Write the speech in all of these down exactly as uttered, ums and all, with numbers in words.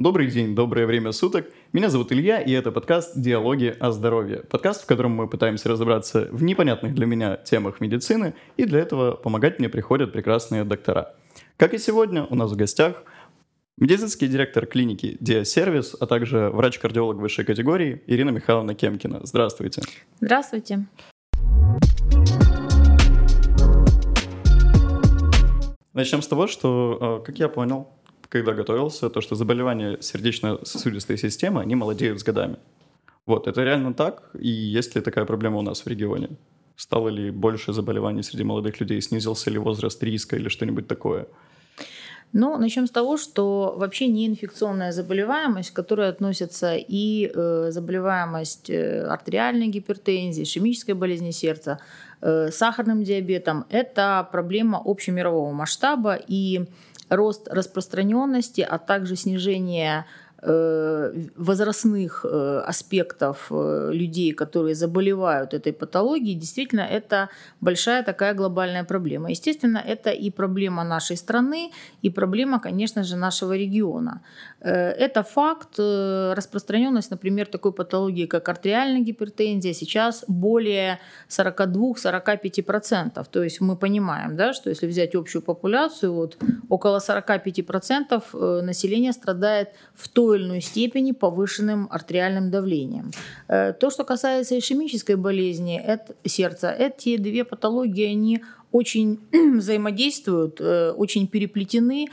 Добрый день, доброе время суток. Меня зовут Илья, и это подкаст «Диалоги о здоровье». Подкаст, в котором мы пытаемся разобраться в непонятных для меня темах медицины, и для этого помогать мне приходят прекрасные доктора. Как и сегодня, у нас в гостях медицинский директор клиники «Диасервис», а также врач-кардиолог высшей категории Ирина Михайловна Кемкина. Здравствуйте. Здравствуйте. Начнем с того, что, как я понял, когда готовился, то, что заболевания сердечно-сосудистой системы, они молодеют с годами. Вот, это реально так? И есть ли такая проблема у нас в регионе? Стало ли больше заболеваний среди молодых людей? Снизился ли возраст риска или что-нибудь такое? Ну, начнем с того, что вообще неинфекционная заболеваемость, к которой относятся и э, заболеваемость э, артериальной гипертензии, ишемической болезни сердца, э, сахарным диабетом, это проблема общемирового масштаба, и рост распространенности, а также снижение возрастных аспектов людей, которые заболевают этой патологией, действительно, это большая такая глобальная проблема. Естественно, это и проблема нашей страны, и проблема, конечно же, нашего региона. Это факт. Распространенность, например, такой патологии, как артериальная гипертензия, сейчас более сорок два - сорок пять процентов. То есть мы понимаем, да, что если взять общую популяцию, вот, около сорок пять процентов населения страдает в той или иной степени повышенным артериальным давлением. То, что касается ишемической болезни это, сердца, эти две патологии, они очень взаимодействуют, очень переплетены,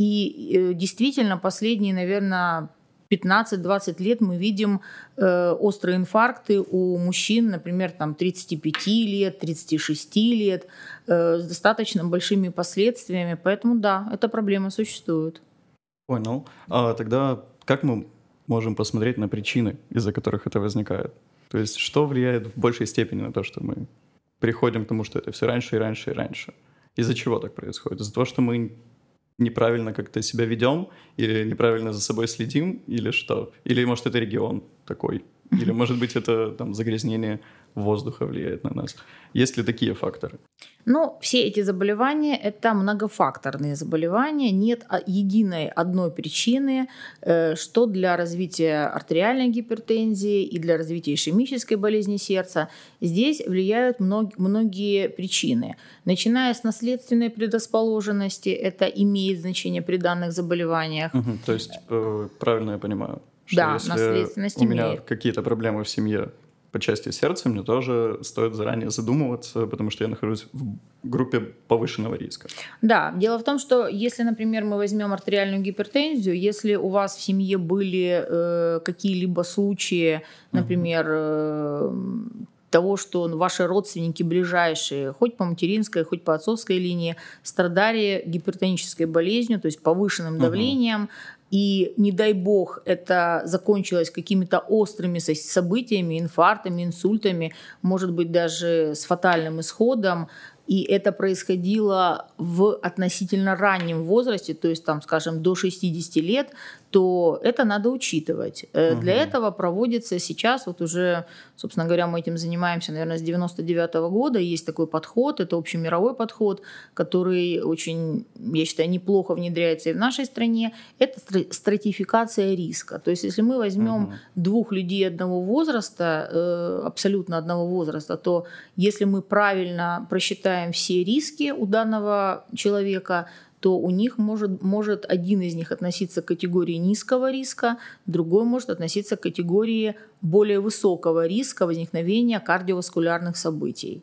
и действительно последние, наверное, пятнадцать-двадцать лет мы видим острые инфаркты у мужчин, например, там, тридцати пяти лет, тридцати шести лет, с достаточно большими последствиями. Поэтому да, эта проблема существует. Понял. А тогда как мы можем посмотреть на причины, из-за которых это возникает? То есть что влияет в большей степени на то, что мы приходим к тому, что это все раньше и раньше и раньше? Из-за чего так происходит? Из-за того, что мы неправильно как-то себя ведем, или неправильно за собой следим, или что? Или, может, это регион такой? Или, может быть, это там загрязнение воздуха влияет на нас? Есть ли такие факторы? Ну, все эти заболевания – это многофакторные заболевания. Нет единой одной причины, что для развития артериальной гипертензии и для развития ишемической болезни сердца. Здесь влияют многие причины. Начиная с наследственной предрасположенности, это имеет значение при данных заболеваниях. Угу, то есть, правильно я понимаю, что да, если наследственность у меня имеет. какие-то проблемы в семье по части сердца, мне тоже стоит заранее задумываться, потому что я нахожусь в группе повышенного риска. Да, дело в том, что если, например, мы возьмем артериальную гипертензию, если у вас в семье были э, какие-либо случаи, например, э, того, что ваши родственники ближайшие, хоть по материнской, хоть по отцовской линии, страдали гипертонической болезнью, то есть повышенным давлением, uh-huh. и, не дай бог, это закончилось какими-то острыми событиями, инфарктами, инсультами, может быть, даже с фатальным исходом, и это происходило в относительно раннем возрасте, то есть, там, скажем, до шестидесяти лет, то это надо учитывать. Угу. Для этого проводится сейчас, вот уже, собственно говоря, мы этим занимаемся, наверное, с девяносто девятого года, есть такой подход, это общемировой подход, который очень, я считаю, неплохо внедряется и в нашей стране, это стратификация риска. То есть, если мы возьмем угу. двух людей одного возраста, абсолютно одного возраста, то если мы правильно просчитаем все риски у данного человека, то у них может, может один из них относиться к категории низкого риска, другой может относиться к категории более высокого риска возникновения кардиоваскулярных событий.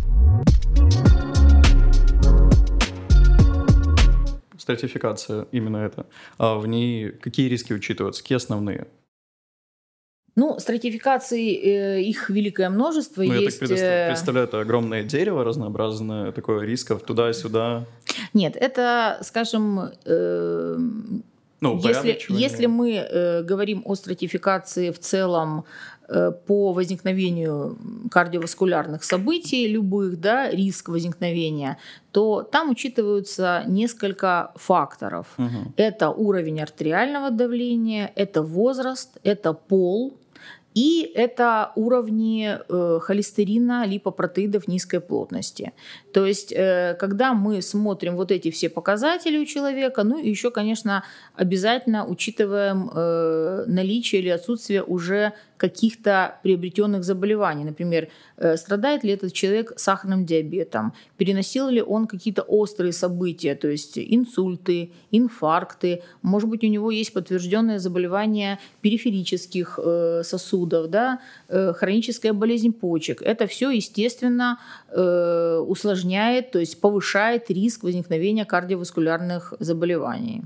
Стратификация, именно это. А в ней какие риски учитываются, какие основные? Ну, стратификаций, э, их великое множество. Ну, есть... я так представляю, это огромное дерево разнообразное, такое рисков туда-сюда. Нет, это, скажем, э, ну, если, если мы э, говорим о стратификации в целом э, по возникновению кардиоваскулярных событий любых, да, риск возникновения, то там учитываются несколько факторов. Угу. Это уровень артериального давления, это возраст, это пол, И это уровни э, холестерина, липопротеидов низкой плотности. То есть, э, когда мы смотрим вот эти все показатели у человека, ну и еще, конечно, обязательно учитываем э, наличие или отсутствие уже каких-то приобретенных заболеваний. Например, э, страдает ли этот человек сахарным диабетом, переносил ли он какие-то острые события, то есть инсульты, инфаркты, может быть, у него есть подтвержденное заболевание периферических э, сосудов, да, э, хроническая болезнь почек. Это все, естественно, э, усложняет, то есть повышает риск возникновения кардиоваскулярных заболеваний.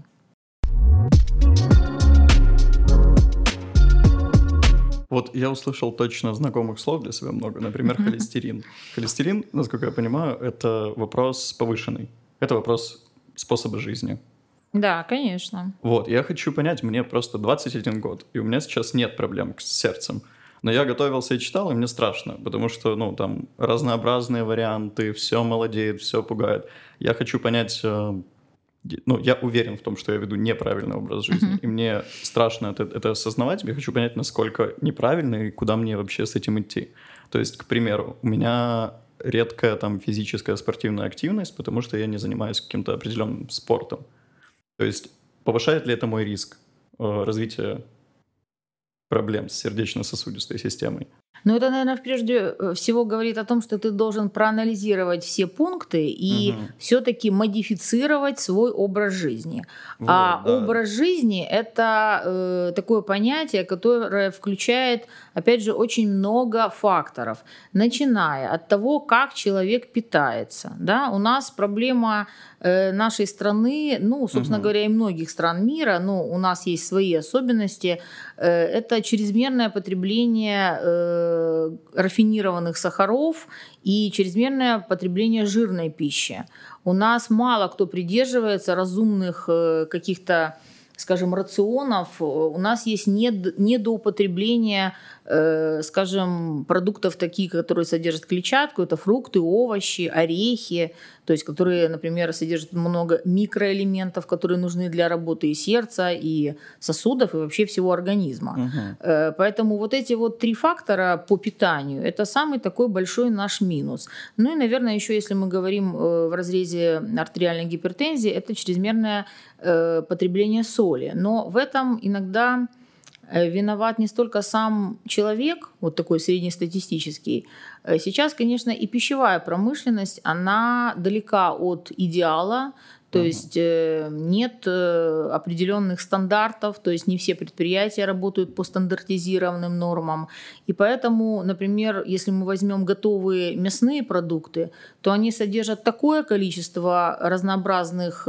Вот я услышал точно знакомых слов для себя много. Например, mm-hmm. холестерин. Холестерин, насколько я понимаю, это вопрос повышенный. Это вопрос способа жизни. Да, конечно. Вот, я хочу понять, мне просто двадцать один год, и у меня сейчас нет проблем с сердцем. Но я готовился и читал, и мне страшно, потому что, ну, там разнообразные варианты, все молодеет, все пугает. Я хочу понять... Ну, я уверен в том, что я веду неправильный образ жизни, uh-huh. и мне страшно это, это осознавать. Я хочу понять, насколько неправильно и куда мне вообще с этим идти. То есть, к примеру, у меня редкая там физическая спортивная активность, потому что я не занимаюсь каким-то определенным спортом. То есть, повышает ли это мой риск э, развития проблем с сердечно-сосудистой системой? Ну, это, наверное, прежде всего говорит о том, что ты должен проанализировать все пункты и угу. все-таки модифицировать свой образ жизни. Вот, а да. образ жизни – это э, такое понятие, которое включает, опять же, очень много факторов, начиная от того, как человек питается. Да? У нас проблема э, нашей страны, ну, собственно угу. говоря, и многих стран мира, но у нас есть свои особенности, э, это чрезмерное потребление э, рафинированных сахаров и чрезмерное потребление жирной пищи. У нас мало кто придерживается разумных каких-то, скажем, рационов. У нас есть нед- недоупотребление, э, скажем, продуктов таких, которые содержат клетчатку. Это фрукты, овощи, орехи, то есть которые, например, содержат много микроэлементов, которые нужны для работы и сердца, и сосудов, и вообще всего организма. Угу. Э, поэтому вот эти вот три фактора по питанию – это самый такой большой наш минус. Ну и, наверное, еще если мы говорим э, в разрезе артериальной гипертензии, это чрезмерное э, потребление соли. Но в этом иногда виноват не столько сам человек, вот такой среднестатистический. Сейчас, конечно, и пищевая промышленность, она далека от идеала, то uh-huh. есть нет определенных стандартов, то есть не все предприятия работают по стандартизированным нормам. И поэтому, например, если мы возьмем готовые мясные продукты, то они содержат такое количество разнообразных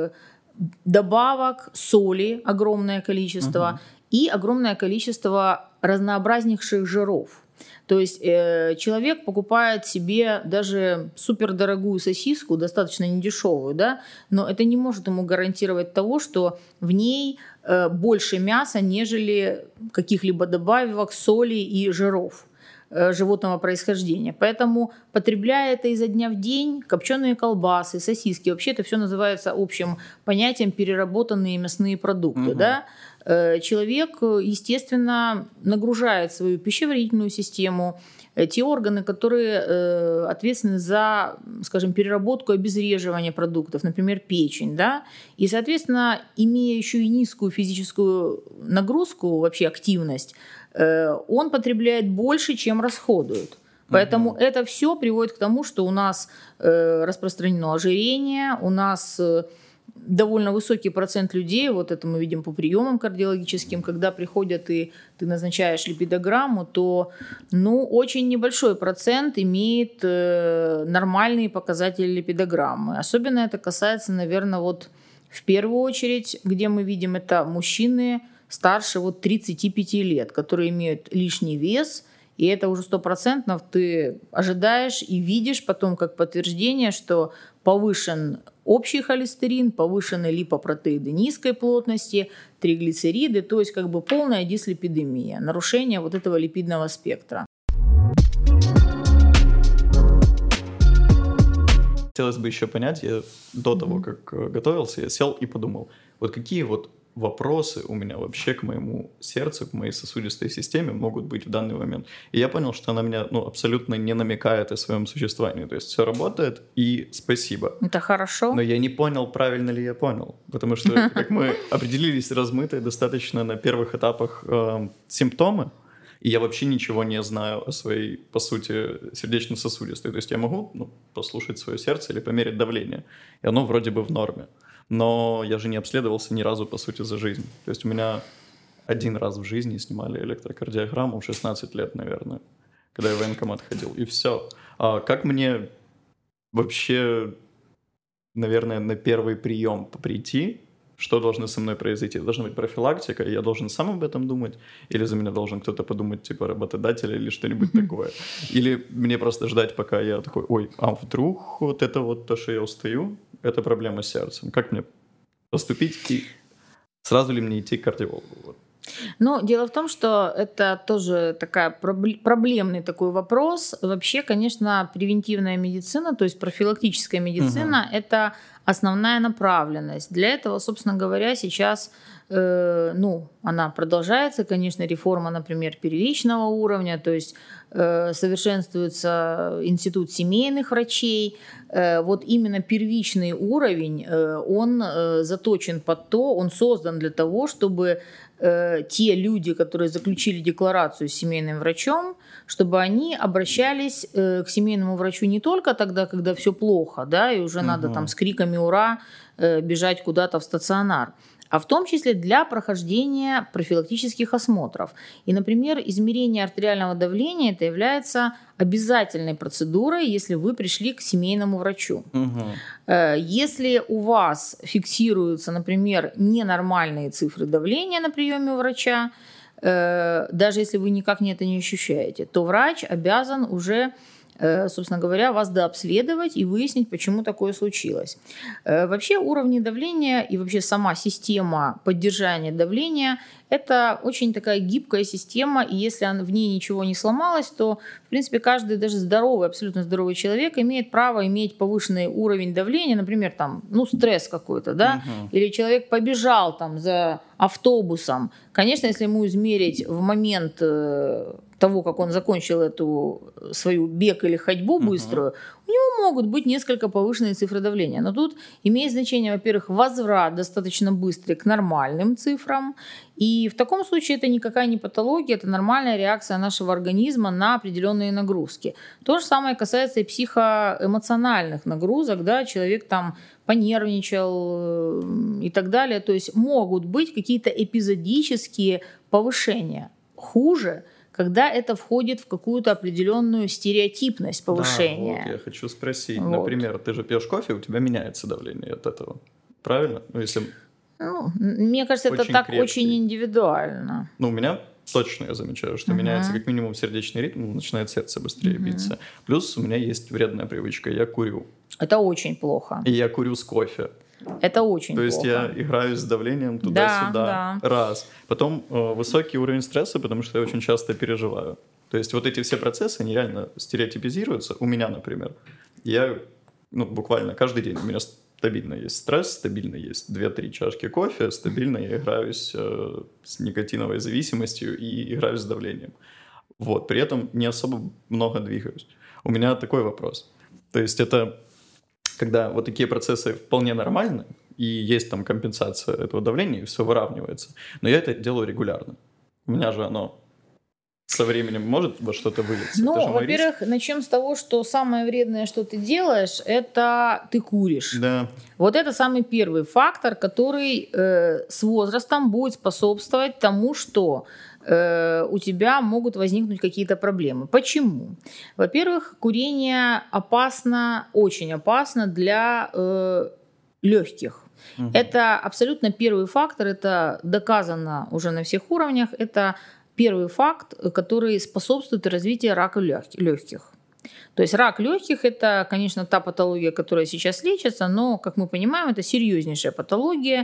добавок, соли, огромное количество, uh-huh. и огромное количество разнообразнейших жиров. То есть э, человек покупает себе даже супердорогую сосиску, достаточно недешевую, да, но это не может ему гарантировать того, что в ней э, больше мяса, нежели каких-либо добавок, соли и жиров э, животного происхождения. Поэтому, потребляя это изо дня в день, копченые колбасы, сосиски, вообще это все называется общим понятием переработанные мясные продукты, угу. да, человек, естественно, нагружает свою пищеварительную систему, те органы, которые ответственны за, скажем, переработку и обезвреживание продуктов, например, печень, да, и, соответственно, имея еще и низкую физическую нагрузку, вообще активность, он потребляет больше, чем расходует. Поэтому mm-hmm. это все приводит к тому, что у нас распространено ожирение, у нас довольно высокий процент людей, вот это мы видим по приемам кардиологическим, когда приходят и ты назначаешь липидограмму, то ну, очень небольшой процент имеет э, нормальные показатели липидограммы. Особенно это касается, наверное, вот в первую очередь, где мы видим это мужчины старше вот тридцати пяти лет, которые имеют лишний вес, и это уже сто процентов ты ожидаешь и видишь потом как подтверждение, что повышен общий холестерин, повышены липопротеиды низкой плотности, триглицериды, то есть как бы полная дислипидемия, нарушение вот этого липидного спектра. Хотелось бы еще понять, я до того, как готовился, я сел и подумал, вот какие вот вопросы у меня вообще к моему сердцу, к моей сосудистой системе могут быть в данный момент. И я понял, что она меня, ну, абсолютно не намекает о своем существовании. То есть все работает, и спасибо. Это хорошо. Но я не понял, правильно ли я понял. Потому что, как мы определились, размытые достаточно на первых этапах э, симптомы, и я вообще ничего не знаю о своей, по сути, сердечно-сосудистой. То есть я могу, ну, послушать свое сердце или померить давление, и оно вроде бы в норме. Но я же не обследовался ни разу, по сути, за жизнь. То есть у меня один раз в жизни снимали электрокардиограмму в шестнадцать лет, наверное, когда я в военкомат ходил, и все. А как мне вообще, наверное, на первый прием прийти? Что должно со мной произойти? Должна быть профилактика, и я должен сам об этом думать? Или за меня должен кто-то подумать, типа работодатель или что-нибудь такое? Или мне просто ждать, пока я такой, ой, а вдруг вот это вот то, что я устаю, это проблема с сердцем? Как мне поступить? И сразу ли мне идти к кардиологу? Вот. Ну, дело в том, что это тоже такая проблемный такой вопрос. Вообще, конечно, превентивная медицина, то есть профилактическая медицина, угу. это основная направленность. Для этого, собственно говоря, сейчас, э, ну, она продолжается, конечно, реформа, например, первичного уровня, то есть э, совершенствуется институт семейных врачей. Э, вот именно первичный уровень, э, он э, заточен под то, он создан для того, чтобы те люди, которые заключили декларацию с семейным врачом, чтобы они обращались к семейному врачу не только тогда, когда все плохо, да, и уже угу. надо там с криками «Ура!» бежать куда-то в стационар, а в том числе для прохождения профилактических осмотров. И, например, измерение артериального давления это является обязательной процедурой, если вы пришли к семейному врачу. Угу. Если у вас фиксируются, например, ненормальные цифры давления на приеме у врача, даже если вы никак это не ощущаете, то врач обязан уже, собственно говоря, вас дообследовать и выяснить, почему такое случилось. Вообще уровни давления и вообще сама система поддержания давления – это очень такая гибкая система, и если в ней ничего не сломалось, то, в принципе, каждый, даже здоровый, абсолютно здоровый человек имеет право иметь повышенный уровень давления, например, там, ну, стресс какой-то, да, угу. или человек побежал там за автобусом. Конечно, если ему измерить в момент того, как он закончил эту свою бег или ходьбу быструю, uh-huh. у него могут быть несколько повышенные цифры давления. Но тут имеет значение, во-первых, возврат достаточно быстрый к нормальным цифрам. И в таком случае это никакая не патология, это нормальная реакция нашего организма на определенные нагрузки. То же самое касается и психоэмоциональных нагрузок, да, человек там понервничал и так далее. То есть могут быть какие-то эпизодические повышения. Хуже, когда это входит в какую-то определенную стереотипность повышения. Да, вот я хочу спросить. Вот. Например, ты же пьешь кофе, у тебя меняется давление от этого. Правильно? Ну, если... ну, мне кажется, это так крепкий. Очень индивидуально. Ну, у меня точно я замечаю, что uh-huh. меняется как минимум сердечный ритм, начинает сердце быстрее uh-huh. биться. Плюс у меня есть вредная привычка, я курю. Это очень плохо. И я курю с кофе. Это очень То плохо. есть я играю с давлением туда-сюда. Да, да. Раз. Потом э, высокий уровень стресса, потому что я очень часто переживаю. То есть вот эти все процессы, они реально стереотипизируются. У меня, например. Я, ну, буквально каждый день у меня стабильно есть стресс, стабильно есть две-три чашки кофе, стабильно я играюсь э, с никотиновой зависимостью и играюсь с давлением. Вот. При этом не особо много двигаюсь. У меня такой вопрос. То есть это... когда вот такие процессы вполне нормальны, и есть там компенсация этого давления, и все выравнивается. Но я это делаю регулярно. У меня же оно со временем может во что-то вылиться. Ну, во-первых, начнем с того, что самое вредное, что ты делаешь, это ты куришь. Да. Вот это самый первый фактор, который э, с возрастом будет способствовать тому, что э, у тебя могут возникнуть какие-то проблемы. Почему? Во-первых, курение опасно, очень опасно для э, легких. Угу. Это абсолютно первый фактор, это доказано уже на всех уровнях, это первый факт, который способствует развитию рака легких. То есть рак легких – это, конечно, та патология, которая сейчас лечится, но, как мы понимаем, это серьезнейшая патология.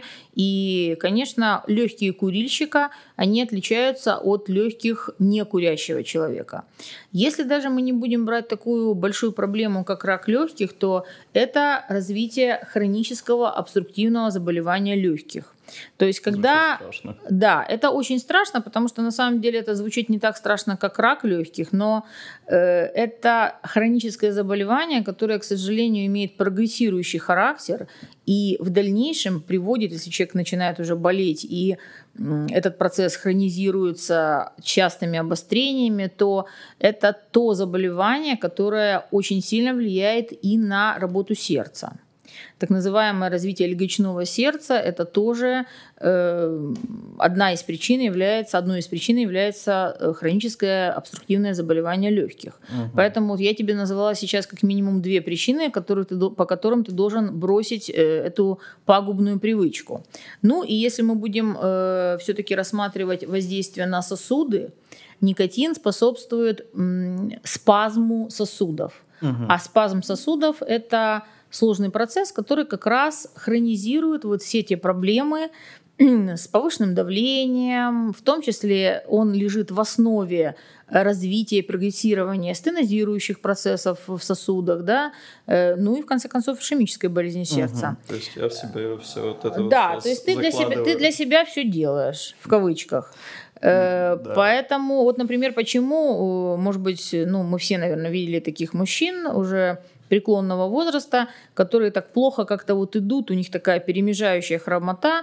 И, конечно, легкие курильщика, они отличаются от легких некурящего человека. Если даже мы не будем брать такую большую проблему, как рак легких, то это развитие хронического обструктивного заболевания легких. То есть, когда... Звучит страшно. Да, это очень страшно, потому что на самом деле это звучит не так страшно, как рак легких, но э, это хроническое заболевание, которое, к сожалению, имеет прогрессирующий характер и в дальнейшем приводит, если человек начинает уже болеть, и э, этот процесс хронизируется частыми обострениями, то это то заболевание, которое очень сильно влияет и на работу сердца. Так называемое развитие легочного сердца – это тоже э, одна из причин является, одной из причин является хроническое обструктивное заболевание легких. Угу. Поэтому вот я тебе назвала сейчас как минимум две причины, которые ты, по которым ты должен бросить э, эту пагубную привычку. Ну и если мы будем э, все-таки рассматривать воздействие на сосуды, никотин способствует м, спазму сосудов. Угу. А спазм сосудов – это сложный процесс, который как раз хронизирует вот все те проблемы с повышенным давлением, в том числе он лежит в основе развития и прогрессирования стенозирующих процессов в сосудах, да, ну и в конце концов ишемической болезни сердца. Угу. То есть я в себе все вот это да, вот то есть ты для, себя, ты для себя все делаешь, в кавычках. Да. Поэтому, вот, например, почему, может быть, ну, мы все, наверное, видели таких мужчин уже преклонного возраста, которые так плохо как-то вот идут, у них такая перемежающая хромота.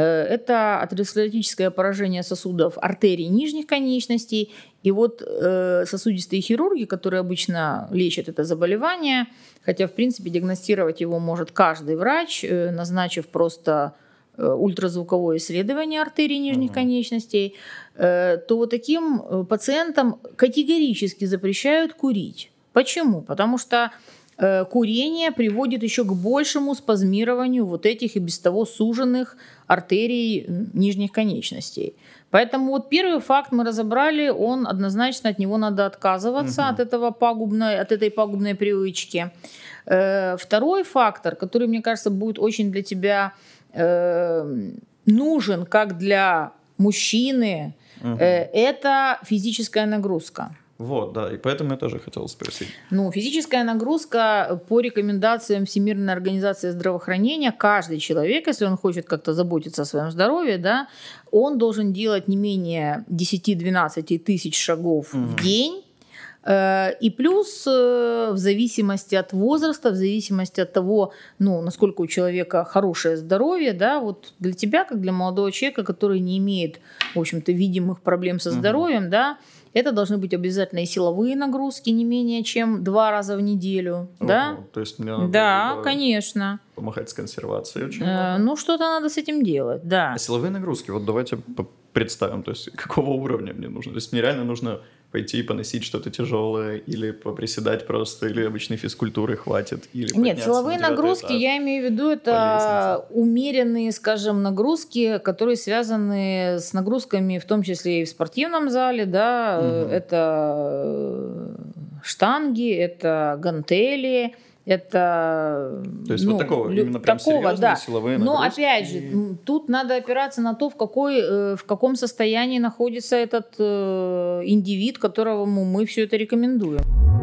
Это атеросклеротическое поражение сосудов артерий нижних конечностей. И вот сосудистые хирурги, которые обычно лечат это заболевание, хотя, в принципе, диагностировать его может каждый врач, назначив просто ультразвуковое исследование артерий нижних uh-huh. конечностей, то вот таким пациентам категорически запрещают курить. Почему? Потому что курение приводит еще к большему спазмированию вот этих и без того суженных артерий нижних конечностей. Поэтому вот первый факт мы разобрали, он однозначно, от него надо отказываться, угу. от, этого пагубной, от этой пагубной привычки. Второй фактор, который, мне кажется, будет очень для тебя нужен, как для мужчины, угу. это физическая нагрузка. Вот, да, и поэтому я тоже хотел спросить. Ну, физическая нагрузка по рекомендациям Всемирной организации здравоохранения, каждый человек, если он хочет как-то заботиться о своем здоровье, да, он должен делать не менее десять-двенадцать тысяч шагов mm-hmm. в день. И плюс в зависимости от возраста, в зависимости от того, ну, насколько у человека хорошее здоровье, да, вот для тебя, как для молодого человека, который не имеет, в общем-то, видимых проблем со здоровьем, mm-hmm. да, это должны быть обязательно и силовые нагрузки не менее чем два раза в неделю. О, да? То есть мне надо да, конечно. помахать с консервацией очень э, Ну, что-то надо с этим делать, да. А силовые нагрузки, вот давайте представим, то есть какого уровня мне нужно. То есть мне реально нужно пойти и поносить что-то тяжелое, или поприседать просто, или обычной физкультуры хватит, или Нет, силовые на нагрузки, этаж, я имею в виду, это умеренные, скажем, нагрузки, которые связаны с нагрузками, в том числе и в спортивном зале, да, угу. это штанги, это гантели, это... То есть ну, вот такого, лю- именно прям такого, серьезные да. силовые Но нагрузки. опять же, тут надо опираться на то, в, какой, в каком состоянии находится этот э, индивид, которому мы все это рекомендуем.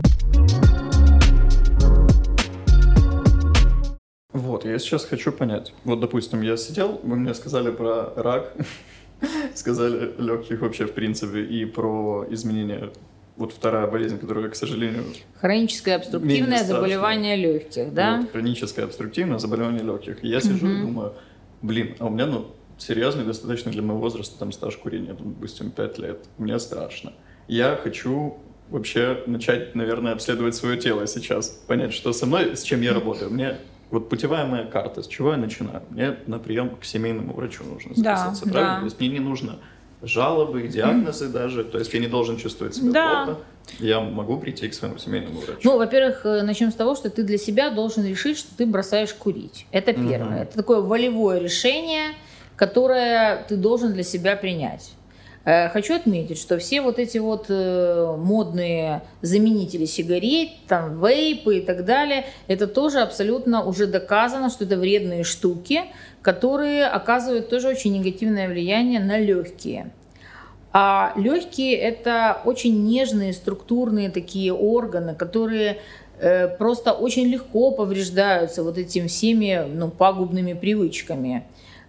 Вот, я сейчас хочу понять. Вот, допустим, я сидел, вы мне сказали про рак, сказали легких вообще в принципе, и про изменения. Вот вторая болезнь, которая, к сожалению... Хроническое обструктивное заболевание легких, да? Вот, хроническое обструктивное заболевание легких. И я сижу и думаю, блин, а у меня, ну, серьезный достаточно для моего возраста там стаж курения, там, допустим, пять лет. Мне страшно. Я хочу вообще начать, наверное, обследовать свое тело сейчас, понять, что со мной, с чем я работаю. Мне вот путевая моя карта, с чего я начинаю? Мне на прием к семейному врачу нужно записаться, да, правильно? Да. То есть мне не нужно жалобы, диагнозы даже, то есть я не должен чувствовать себя да. плохо, я могу прийти к своему семейному врачу. Ну, во-первых, начнем с того, что ты для себя должен решить, что ты бросаешь курить. Это первое. Mm-hmm. Это такое волевое решение, которое ты должен для себя принять. Хочу отметить, что все вот эти вот модные заменители сигарет, там, вейпы и так далее, это тоже абсолютно уже доказано, что это вредные штуки, которые оказывают тоже очень негативное влияние на легкие. А легкие – это очень нежные структурные такие органы, которые э, просто очень легко повреждаются вот этими всеми ну, пагубными привычками.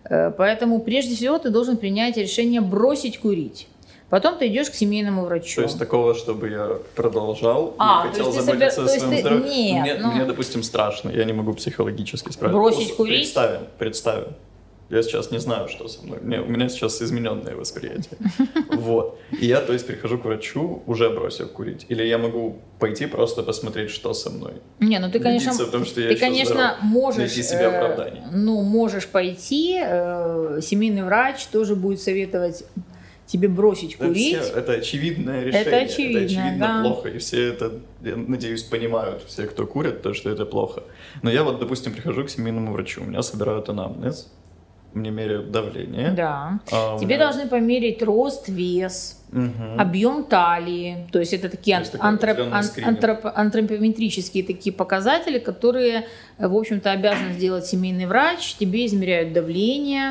Поэтому прежде всего ты должен принять решение бросить курить. Потом ты идешь к семейному врачу. То есть такого, чтобы я продолжал а, и хотел заботиться собер... о своем ты... здоровье. Нет, мне, ну... мне, допустим, страшно, я не могу психологически справиться. Бросить Ус... курить? Представим, представим. Я сейчас не знаю, что со мной. Мне, у меня сейчас измененное восприятие. Вот. И я, то есть, прихожу к врачу, уже бросив курить. Или я могу пойти просто посмотреть, что со мной. Не, ну ты, конечно, в том, что я ты, конечно, здоров. можешь, Найти себе оправдание. Э, ну, можешь пойти, э, семейный врач тоже будет советовать тебе бросить это курить. Все, это очевидное решение. Это очевидно, это очевидно да. плохо. И все это, я надеюсь, понимают, все, кто курит, то, что это плохо. Но я вот, допустим, прихожу к семейному врачу, у меня собирают анамнез, мне меряют давление. Да. А, Тебе меня... должны померить рост, вес, угу. объем талии. То есть это такие есть антроп... антроп... антропометрические такие показатели, которые, в общем-то, обязан сделать семейный врач. Тебе измеряют давление.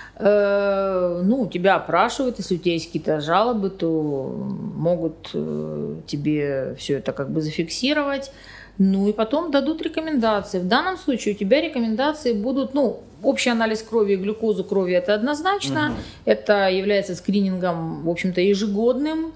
Ну, тебя опрашивают, если у тебя есть какие-то жалобы, то могут тебе все это как бы зафиксировать. Ну и потом дадут рекомендации. В данном случае у тебя рекомендации будут, ну, общий анализ крови и глюкозу крови, это однозначно. Угу. Это является скринингом, в общем-то, ежегодным,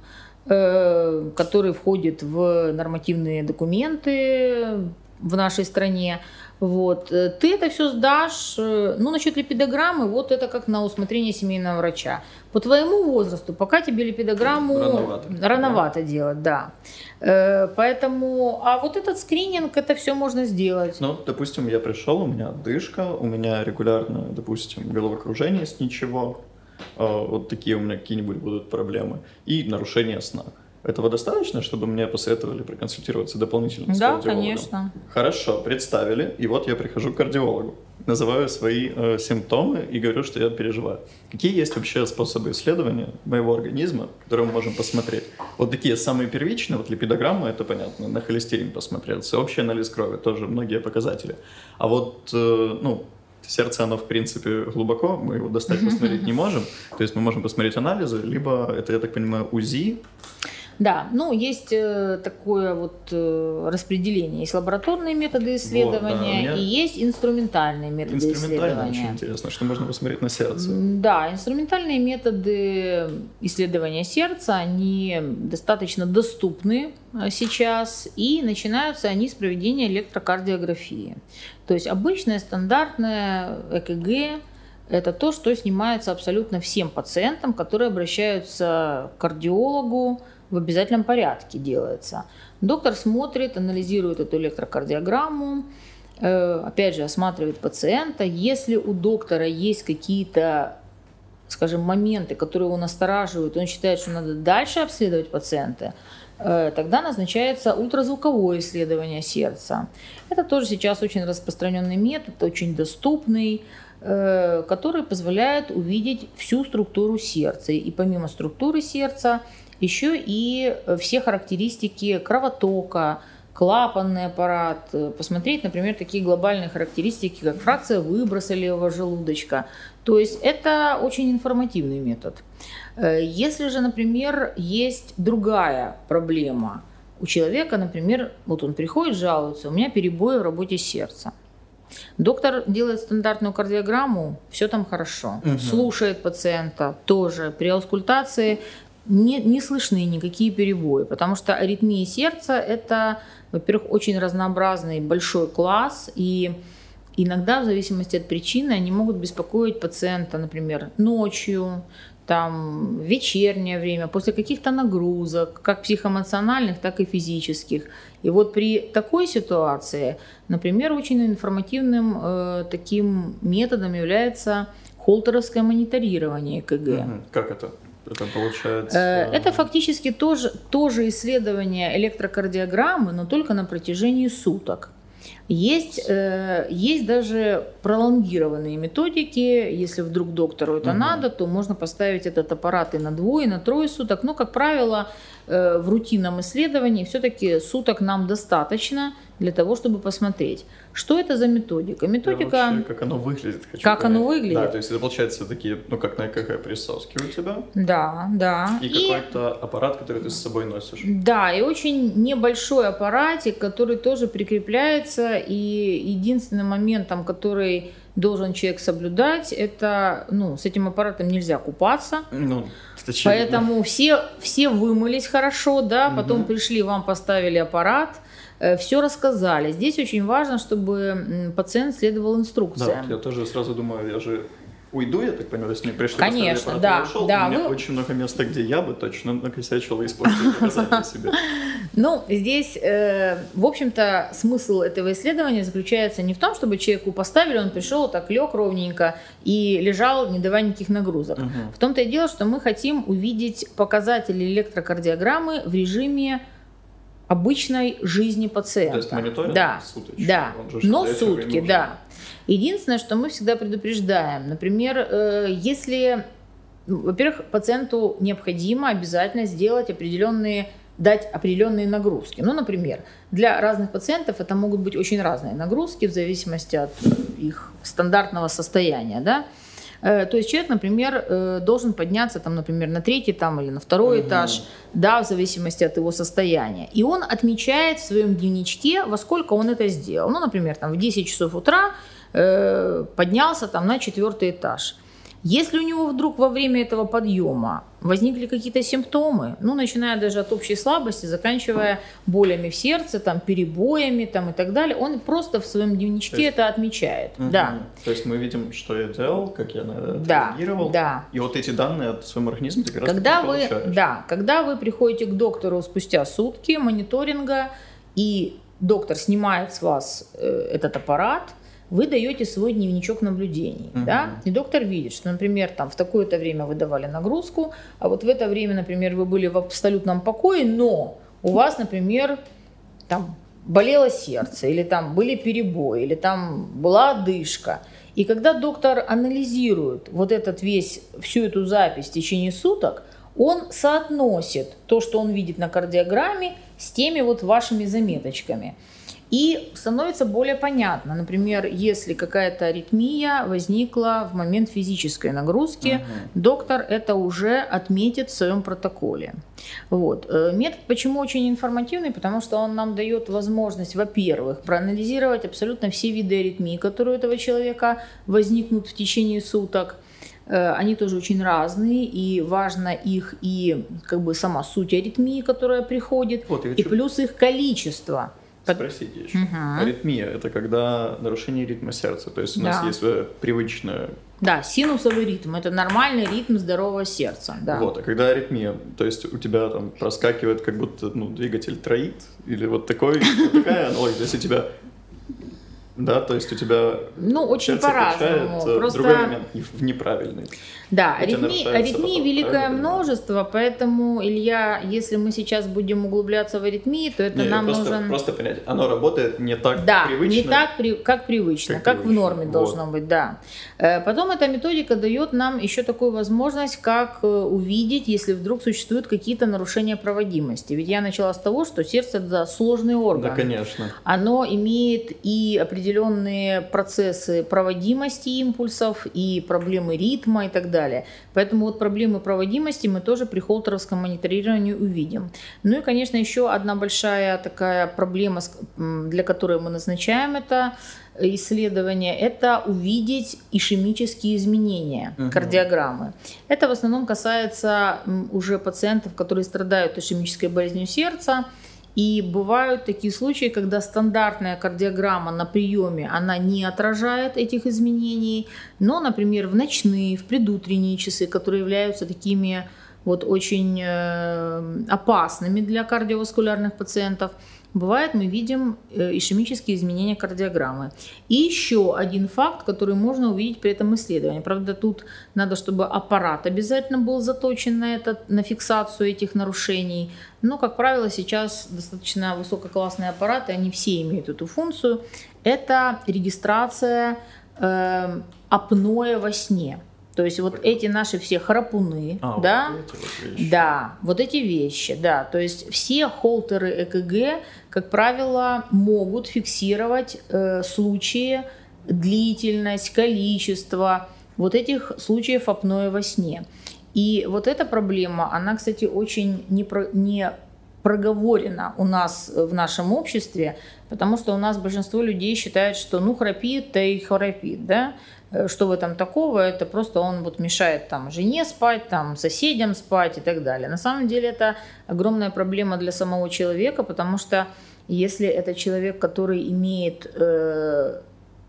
э, который входит в нормативные документы в нашей стране. Вот. Ты это все сдашь. Ну, насчет липидограммы, вот это как на усмотрение семейного врача. По твоему возрасту, пока тебе липидограмму рановато, рановато да. делать, да. Поэтому, а вот этот скрининг, это все можно сделать. Ну, допустим, я пришел, у меня одышка, у меня регулярно, допустим, головокружение с ничего. Вот такие у меня какие-нибудь будут проблемы. И нарушение сна. Этого достаточно, чтобы мне посоветовали проконсультироваться дополнительно с да, кардиологом? Да, конечно. Хорошо, представили, и вот я прихожу к кардиологу, называю свои э, симптомы и говорю, что я переживаю. Какие есть вообще способы исследования моего организма, которые мы можем посмотреть? Вот такие самые первичные, вот липидограмма, это понятно, на холестерин посмотреться, общий анализ крови, тоже многие показатели. А вот, э, ну, сердце, оно, в принципе, глубоко, мы его достать посмотреть не можем, то есть мы можем посмотреть анализы, либо это, я так понимаю, УЗИ. Да, ну есть э, такое вот э, распределение. Есть лабораторные методы исследования, вот, да, меня... и есть инструментальные методы инструментальные исследования. Очень интересно, что можно посмотреть на сердце. Да, инструментальные методы исследования сердца, они достаточно доступны сейчас, и начинаются они с проведения электрокардиографии. То есть обычное стандартное ЭКГ – это то, что снимается абсолютно всем пациентам, которые обращаются к кардиологу, в обязательном порядке делается. Доктор смотрит, анализирует эту электрокардиограмму, э, опять же осматривает пациента. Если у доктора есть какие-то, скажем, моменты, которые его настораживают, он считает, что надо дальше обследовать пациента, э, тогда назначается ультразвуковое исследование сердца. Это тоже сейчас очень распространенный метод, очень доступный, э, который позволяет увидеть всю структуру сердца. И помимо структуры сердца, еще и все характеристики кровотока, клапанный аппарат, посмотреть, например, такие глобальные характеристики, как фракция выброса левого желудочка. То есть это очень информативный метод. Если же, например, есть другая проблема у человека, например, вот он приходит, жалуется, у меня перебои в работе сердца. Доктор делает стандартную кардиограмму, все там хорошо, угу. Слушает пациента тоже при аускультации. Не, не слышны никакие перебои, потому что аритмии сердца – это, во-первых, очень разнообразный большой класс, и иногда, в зависимости от причины, они могут беспокоить пациента, например, ночью, там, в вечернее время, после каких-то нагрузок, как психоэмоциональных, так и физических. И вот при такой ситуации, например, очень информативным э, таким методом является холтеровское мониторирование ЭКГ. Угу. Как это? Это получается... Это фактически тоже, тоже исследование электрокардиограммы, но только на протяжении суток. Есть, есть даже пролонгированные методики. Если вдруг доктору это угу. надо, то можно поставить этот аппарат и на двое, и на трое суток. Но, как правило, в рутинном исследовании все-таки суток нам достаточно для того, чтобы посмотреть, что это за методика. Методика... Я вообще, как оно выглядит. Хочу как понять. оно выглядит. Да, то есть это получается такие, ну как на ЭКГ присоски у тебя. Да, да. И, и какой-то аппарат, который ты с собой носишь. Да, и очень небольшой аппаратик, который тоже прикрепляется. И единственным моментом, который должен человек соблюдать. Это, ну, с этим аппаратом нельзя купаться. Ну, поэтому все, все вымылись хорошо, да, потом угу. пришли, вам поставили аппарат, все рассказали. Здесь очень важно, чтобы пациент следовал инструкциям. Да, я тоже сразу думаю, я же уйду, я так понимаю, если мне пришли, конечно, аппарат, да, я ушел, да, у меня вы... очень много места, где я бы точно накосячила и использовала показания себе. Ну, здесь, э, в общем-то, смысл этого исследования заключается не в том, чтобы человеку поставили, он пришел, так лег ровненько и лежал, не давая никаких нагрузок. Угу. В том-то и дело, что мы хотим увидеть показатели электрокардиограммы в режиме обычной жизни пациента. То есть мониторинг да, суточный? Да, но сутки, да. Единственное, что мы всегда предупреждаем, например, э, если, ну, во-первых, пациенту необходимо обязательно сделать определенные, дать определенные нагрузки. Ну, например, для разных пациентов это могут быть очень разные нагрузки в зависимости от их стандартного состояния, да. То есть человек, например, должен подняться, там, например, на третий там, или на второй угу. этаж, да, в зависимости от его состояния. И он отмечает в своем дневничке, во сколько он это сделал. Ну, например, там, в десять часов утра э, поднялся там, на четвертый этаж. Если у него вдруг во время этого подъема возникли какие-то симптомы, ну, начиная даже от общей слабости, заканчивая болями в сердце, там, перебоями там, и так далее, он просто в своем дневничке есть, это отмечает. Угу. Да. То есть мы видим, что я делал, как я на это да, реагировал, да. и вот эти данные от своего организма ты как раз когда вы, получаешь. Да, когда вы приходите к доктору спустя сутки мониторинга, и доктор снимает с вас э, этот аппарат, вы даете свой дневничок наблюдений, uh-huh. да, и доктор видит, что, например, там в такое-то время вы давали нагрузку, а вот в это время, например, вы были в абсолютном покое, но у вас, например, там болело сердце, или там были перебои, или там была одышка. И когда доктор анализирует вот этот весь, всю эту запись в течение суток, он соотносит то, что он видит на кардиограмме, с теми вот вашими заметочками. И становится более понятно, например, если какая-то аритмия возникла в момент физической нагрузки, uh-huh. доктор это уже отметит в своем протоколе. Вот. Метод почему очень информативный? Потому что он нам дает возможность, во-первых, проанализировать абсолютно все виды аритмии, которые у этого человека возникнут в течение суток. Они тоже очень разные, и важно их и как бы сама суть аритмии, которая приходит, вот, и хочу... плюс их количество. Спросить еще. Угу. Аритмия – это когда нарушение ритма сердца. То есть у да. нас есть привычная… Да, синусовый ритм – это нормальный ритм здорового сердца. Да. Вот, а когда аритмия, то есть у тебя там проскакивает как будто ну, двигатель троит, или вот, такой, вот такая аналогия, то есть у тебя… Да, то есть у тебя ну, очень по-разному. Просто... другой момент в неправильный. Да, аритмий, аритмий великое множество, поэтому, Илья, если мы сейчас будем углубляться в аритмии, то это не, нам просто, нужен… Просто понять, оно работает не так да, привычно. не так, как привычно, как, как привычно. В норме вот. Должно быть, да. Потом эта методика дает нам еще такую возможность, как увидеть, если вдруг существуют какие-то нарушения проводимости. Ведь я начала с того, что сердце – это сложный орган. Да, конечно. Оно имеет и определенные процессы проводимости импульсов, и проблемы ритма и так далее. Далее. Поэтому вот проблемы проводимости мы тоже при холтеровском мониторировании увидим. Ну и, конечно, еще одна большая такая проблема, для которой мы назначаем это исследование, это увидеть ишемические изменения угу. кардиограммы. Это в основном касается уже пациентов, которые страдают ишемической болезнью сердца. И бывают такие случаи, когда стандартная кардиограмма на приеме, она не отражает этих изменений, но, например, в ночные, в предутренние часы, которые являются такими вот очень опасными для кардиоваскулярных пациентов, бывает, мы видим ишемические изменения кардиограммы. И еще один факт, который можно увидеть при этом исследовании. Правда, тут надо, чтобы аппарат обязательно был заточен на, это, на фиксацию этих нарушений. Но, как правило, сейчас достаточно высококлассные аппараты, они все имеют эту функцию. Это регистрация э, апноэ во сне. То есть вот эти наши все храпуны, а, да, вот эти вот да, вот эти вещи, да, то есть все холтеры ЭКГ, как правило, могут фиксировать э, случаи, длительность, количество вот этих случаев апноэ во сне. И вот эта проблема, она, кстати, очень не, про, не проговорено у нас в нашем обществе, потому что у нас большинство людей считает, что ну храпит, да и храпит, да, что в этом такого, это просто он вот мешает там жене спать, там соседям спать и так далее. На самом деле это огромная проблема для самого человека, потому что если это человек, который имеет э,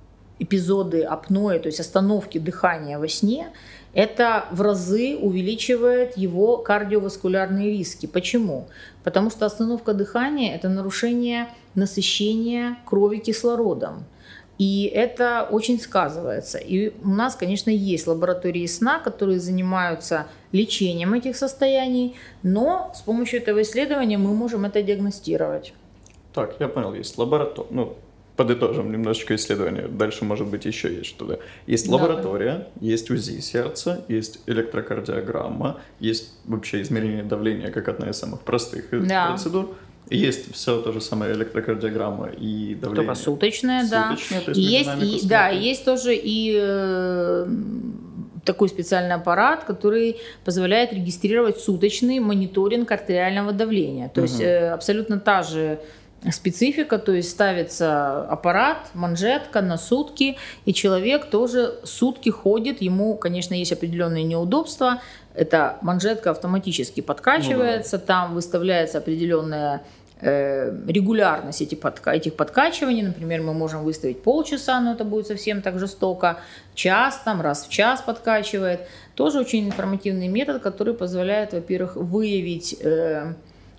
эпизоды апноэ, то есть остановки дыхания во сне, это в разы увеличивает его кардиоваскулярные риски. Почему? Потому что остановка дыхания – это нарушение насыщения крови кислородом. И это очень сказывается. И у нас, конечно, есть лаборатории сна, которые занимаются лечением этих состояний, но с помощью этого исследования мы можем это диагностировать. Так, я понял, есть лаборатория. Ну, подытожим немножечко исследование. Дальше, может быть, еще есть что-то. Есть лаборатория, да. Есть УЗИ сердца, есть электрокардиограмма, есть вообще измерение давления, как одна из самых простых да. процедур. Есть все то же самое электрокардиограмма и давление. Только суточное, да. Суточное, то есть, и есть, и, да, есть тоже и э, такой специальный аппарат, который позволяет регистрировать суточный мониторинг артериального давления. То угу. есть э, абсолютно та же специфика, то есть ставится аппарат, манжетка на сутки, и человек тоже сутки ходит, ему, конечно, есть определенные неудобства, эта манжетка автоматически подкачивается, ну, да. Там выставляется определенная э, регулярность этих, подка- этих подкачиваний, например, мы можем выставить полчаса, но это будет совсем так жестоко, час, там, раз в час подкачивает, тоже очень информативный метод, который позволяет, во-первых, выявить э,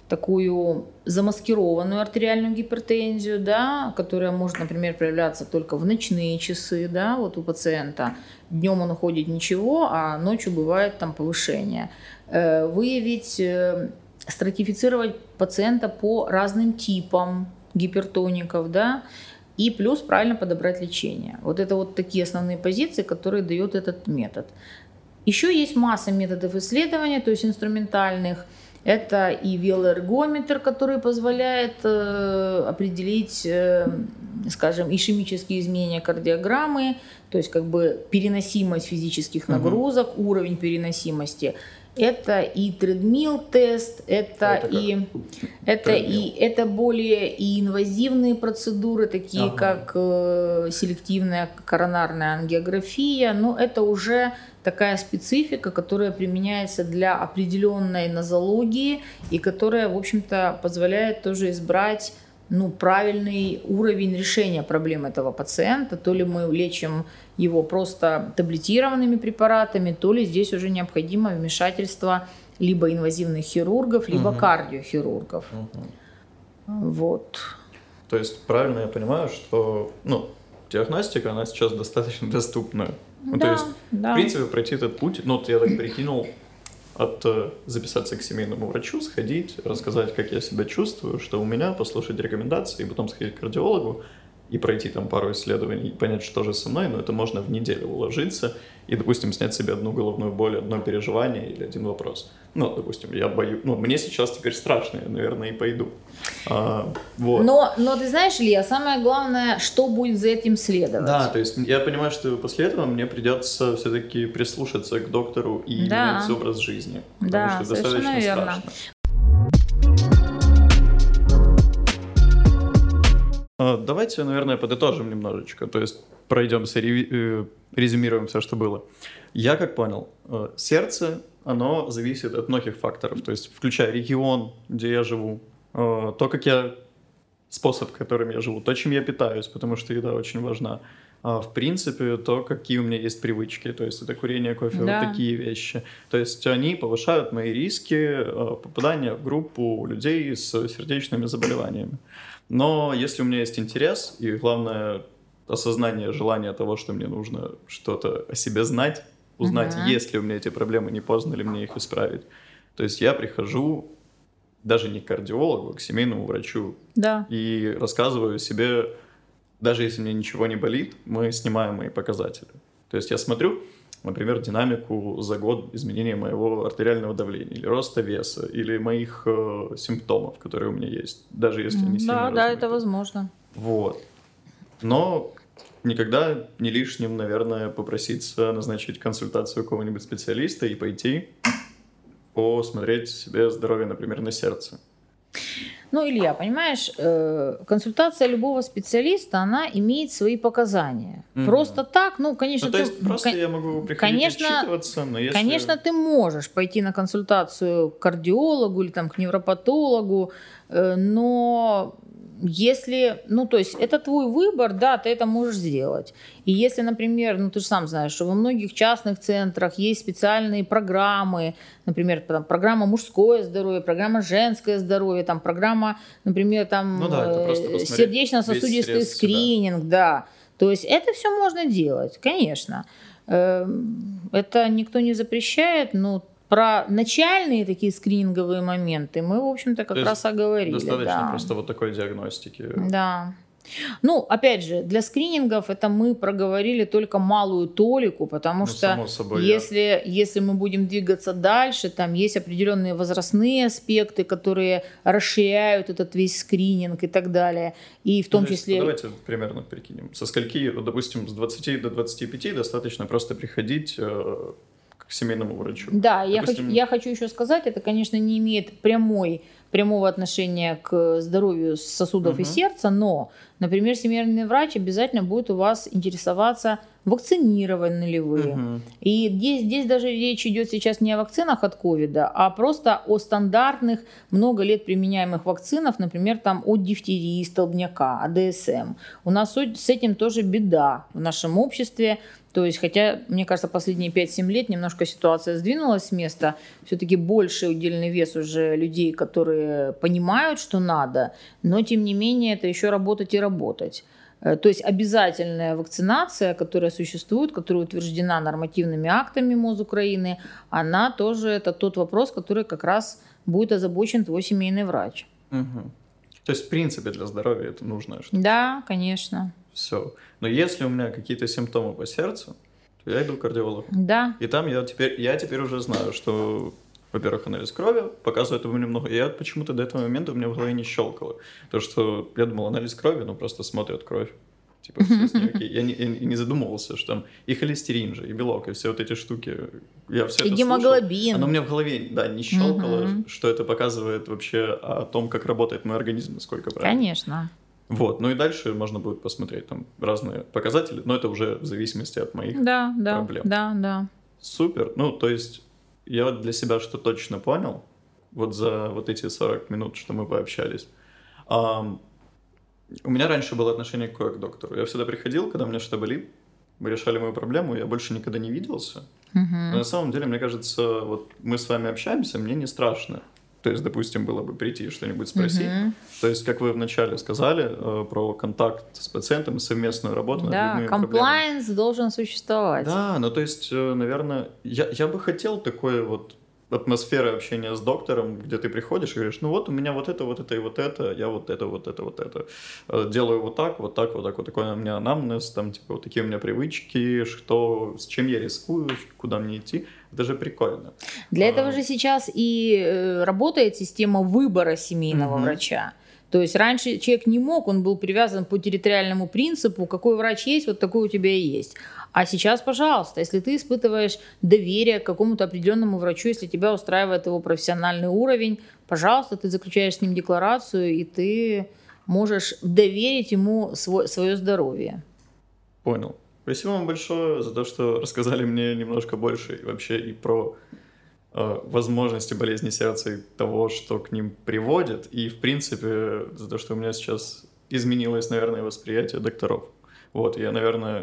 такую замаскированную артериальную гипертензию, да, которая может, например, проявляться только в ночные часы, да, вот у пациента. Днем он уходит ничего, а ночью бывает там повышение. Выявить, стратифицировать пациента по разным типам гипертоников, да, и плюс правильно подобрать лечение. Вот это вот такие основные позиции, которые дает этот метод. Еще есть масса методов исследования, то есть инструментальных. Это и велоэргометр, который позволяет э, определить, э, скажем, ишемические изменения кардиограммы, то есть как бы переносимость физических нагрузок, угу. уровень переносимости. Это и тредмил-тест, это, это и это и это более и инвазивные процедуры, такие ага. как э, селективная коронарная ангиография, но это уже такая специфика, которая применяется для определенной нозологии и которая, в общем-то, позволяет тоже избрать ну, правильный уровень решения проблем этого пациента. То ли мы лечим его просто таблетированными препаратами, то ли здесь уже необходимо вмешательство либо инвазивных хирургов, либо угу. кардиохирургов. Угу. Вот. То есть правильно я понимаю, что ну, диагностика, она сейчас достаточно доступна. Ну, да, то есть, да. в принципе, пройти этот путь, ну, вот я так прикинул, от записаться к семейному врачу, сходить, рассказать, как я себя чувствую, что у меня, послушать рекомендации, и потом сходить к кардиологу и пройти там пару исследований, и понять, что же со мной, но это можно в неделю уложиться и, допустим, снять себе одну головную боль, одно переживание или один вопрос. Ну, допустим, я боюсь, ну, мне сейчас теперь страшно, я, наверное, и пойду. А, вот. но, но ты знаешь, Илья, самое главное, что будет за этим следовать. Да, то есть я понимаю, что после этого мне придется все-таки прислушаться к доктору и да. менять образ жизни. Да, потому что достаточно верно. страшно. Давайте, наверное, подытожим немножечко, то есть пройдемся, резюмируем все, что было. Я как понял, сердце, оно зависит от многих факторов, то есть включая регион, где я живу, то, как я, способ, которым я живу, то, чем я питаюсь, потому что еда очень важна. В принципе, то, какие у меня есть привычки, то есть это курение, кофе, да. вот такие вещи. То есть они повышают мои риски попадания в группу людей с сердечными заболеваниями. Но если у меня есть интерес и, главное, осознание, желание того, что мне нужно что-то о себе знать, узнать, uh-huh. есть ли у меня эти проблемы, не поздно ли мне их исправить. То есть я прихожу даже не к кардиологу, а к семейному врачу да. и рассказываю себе, даже если мне ничего не болит, мы снимаем мои показатели. То есть я смотрю, например, динамику за год изменения моего артериального давления, или роста веса, или моих э, симптомов, которые у меня есть, даже если они сильно Да, размыты. да, это возможно. Вот. Но никогда не лишним, наверное, попроситься назначить консультацию какого-нибудь специалиста и пойти посмотреть себе здоровье, например, на сердце. Ну, Илья, понимаешь, э, консультация любого специалиста, она имеет свои показания. Угу. Просто так, ну, конечно... Ну, то есть ты, просто кон- я могу приходить конечно, отчитываться, но если... Конечно, ты можешь пойти на консультацию к кардиологу или там, к невропатологу, э, но... Если, ну, то есть это твой выбор, да, ты это можешь сделать. И если, например, ну, ты же сам знаешь, что во многих частных центрах есть специальные программы, например, там, программа мужское здоровье, программа женское здоровье, там, программа, например, там, ну, да, э, сердечно-сосудистый скрининг, себя. Да. То есть это все можно делать, конечно. Это никто не запрещает, но про начальные такие скрининговые моменты мы, в общем-то, как То раз оговорили. Достаточно да. просто вот такой диагностики. Да. Ну, опять же, для скринингов это мы проговорили только малую толику, потому ну, что собой, если, я... если мы будем двигаться дальше, там есть определенные возрастные аспекты, которые расширяют этот весь скрининг и так далее. И в том ну, числе... Давайте примерно прикинем. Со скольки, допустим, с двадцати до двадцати пяти достаточно просто приходить... Э... к семейному врачу. Да, Допустим... я, хочу, я хочу еще сказать, это, конечно, не имеет прямой, прямого отношения к здоровью сосудов угу. и сердца, но, например, семейный врач обязательно будет у вас интересоваться, вакцинированы ли вы. Угу. И здесь, здесь даже речь идет сейчас не о вакцинах от ковида, а просто о стандартных, много лет применяемых вакцинах, например, там от дифтерии, столбняка, а дэ эс эм. У нас с этим тоже беда в нашем обществе. То есть, хотя, мне кажется, последние пять-семь лет немножко ситуация сдвинулась с места, все-таки больше удельный вес уже людей, которые понимают, что надо, но, тем не менее, это еще работать и работать. То есть обязательная вакцинация, которая существует, которая утверждена нормативными актами МОЗ Украины, она тоже, это тот вопрос, который как раз будет озабочен твой семейный врач. Угу. То есть, в принципе, для здоровья это нужно? Что-то. Да, конечно. Все. Но если у меня какие-то симптомы по сердцу, то я иду к кардиологу. Да. И там я теперь, я теперь уже знаю, что, во-первых, анализ крови показывает его немного. Я почему-то до этого момента у меня в голове не щелкало. То, что я думал, анализ крови, ну просто смотрят кровь. Типа, все с ней окей. Я не, я не задумывался, что там и холестерин же, и белок, и все вот эти штуки. Я все и это гемоглобин. Слушал, оно у меня в голове, да, не щелкало, uh-huh. что это показывает вообще о том, как работает мой организм, насколько правильно. Конечно. Вот, ну и дальше можно будет посмотреть там разные показатели, но это уже в зависимости от моих да, да, проблем. Да, да. Супер. Ну, то есть я вот для себя что точно понял, вот за вот эти сорок минут, что мы пообщались. Um, у меня раньше было отношение к доктору. Я всегда приходил, когда у меня что-то болит, мы решали мою проблему, я больше никогда не виделся. Uh-huh. Но на самом деле, мне кажется, вот мы с вами общаемся, мне не страшно. То есть, допустим, было бы прийти и что-нибудь спросить. Uh-huh. То есть, как вы вначале сказали, э, про контакт с пациентом и совместную работу над да, любыми проблемами. Да, compliance должен существовать. Да, ну то есть, э, наверное, я, я бы хотел такой вот атмосферы общения с доктором, где ты приходишь и говоришь, ну вот у меня вот это, вот это и вот это, я вот это, вот это, вот это. Э, делаю вот так, вот так, вот так, вот такой у меня анамнез, там типа вот такие у меня привычки, что, с чем я рискую, куда мне идти. Это же прикольно. Для а... этого же сейчас и э, работает система выбора семейного угу. врача. То есть раньше человек не мог, он был привязан по территориальному принципу, какой врач есть, вот такой у тебя и есть. А сейчас, пожалуйста, если ты испытываешь доверие к какому-то определенному врачу, если тебя устраивает его профессиональный уровень, пожалуйста, ты заключаешь с ним декларацию, и ты можешь доверить ему свой, свое здоровье. Понял. Спасибо вам большое за то, что рассказали мне немножко больше вообще и про э, возможности болезни сердца и того, что к ним приводит, и, в принципе, за то, что у меня сейчас изменилось, наверное, восприятие докторов. Вот, я, наверное,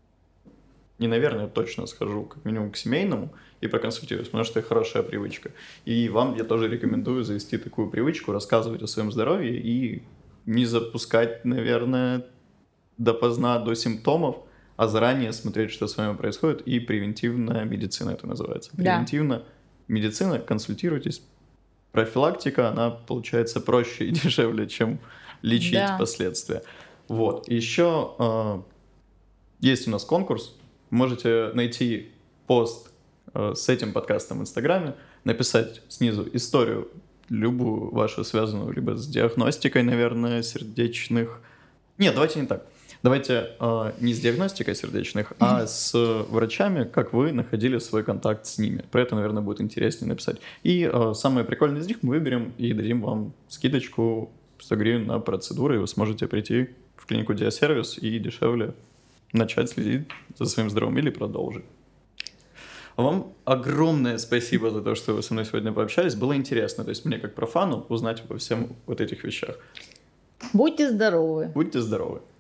не наверное, точно схожу как минимум к семейному и проконсультируюсь, потому что это хорошая привычка. И вам я тоже рекомендую завести такую привычку, рассказывать о своем здоровье и не запускать, наверное, допоздна до симптомов, а заранее смотреть, что с вами происходит, и превентивная медицина это называется. Да. Превентивная медицина, консультируйтесь. Профилактика, она получается проще и дешевле, чем лечить да. последствия. Вот. Еще э, есть у нас конкурс. Можете найти пост э, с этим подкастом в Инстаграме, написать снизу историю, любую вашу связанную либо с диагностикой, наверное, сердечных. Нет, давайте не так. Давайте э, не с диагностикой сердечных, а с врачами, как вы находили свой контакт с ними. Про это, наверное, будет интереснее написать. И э, самое прикольное из них мы выберем и дадим вам скидочку сто гривен на процедуры, и вы сможете прийти в клинику Диасервис и дешевле начать следить за своим здоровьем или продолжить. Вам огромное спасибо за то, что вы со мной сегодня пообщались. Было интересно, то есть мне как профану узнать обо всем вот этих вещах. Будьте здоровы. Будьте здоровы.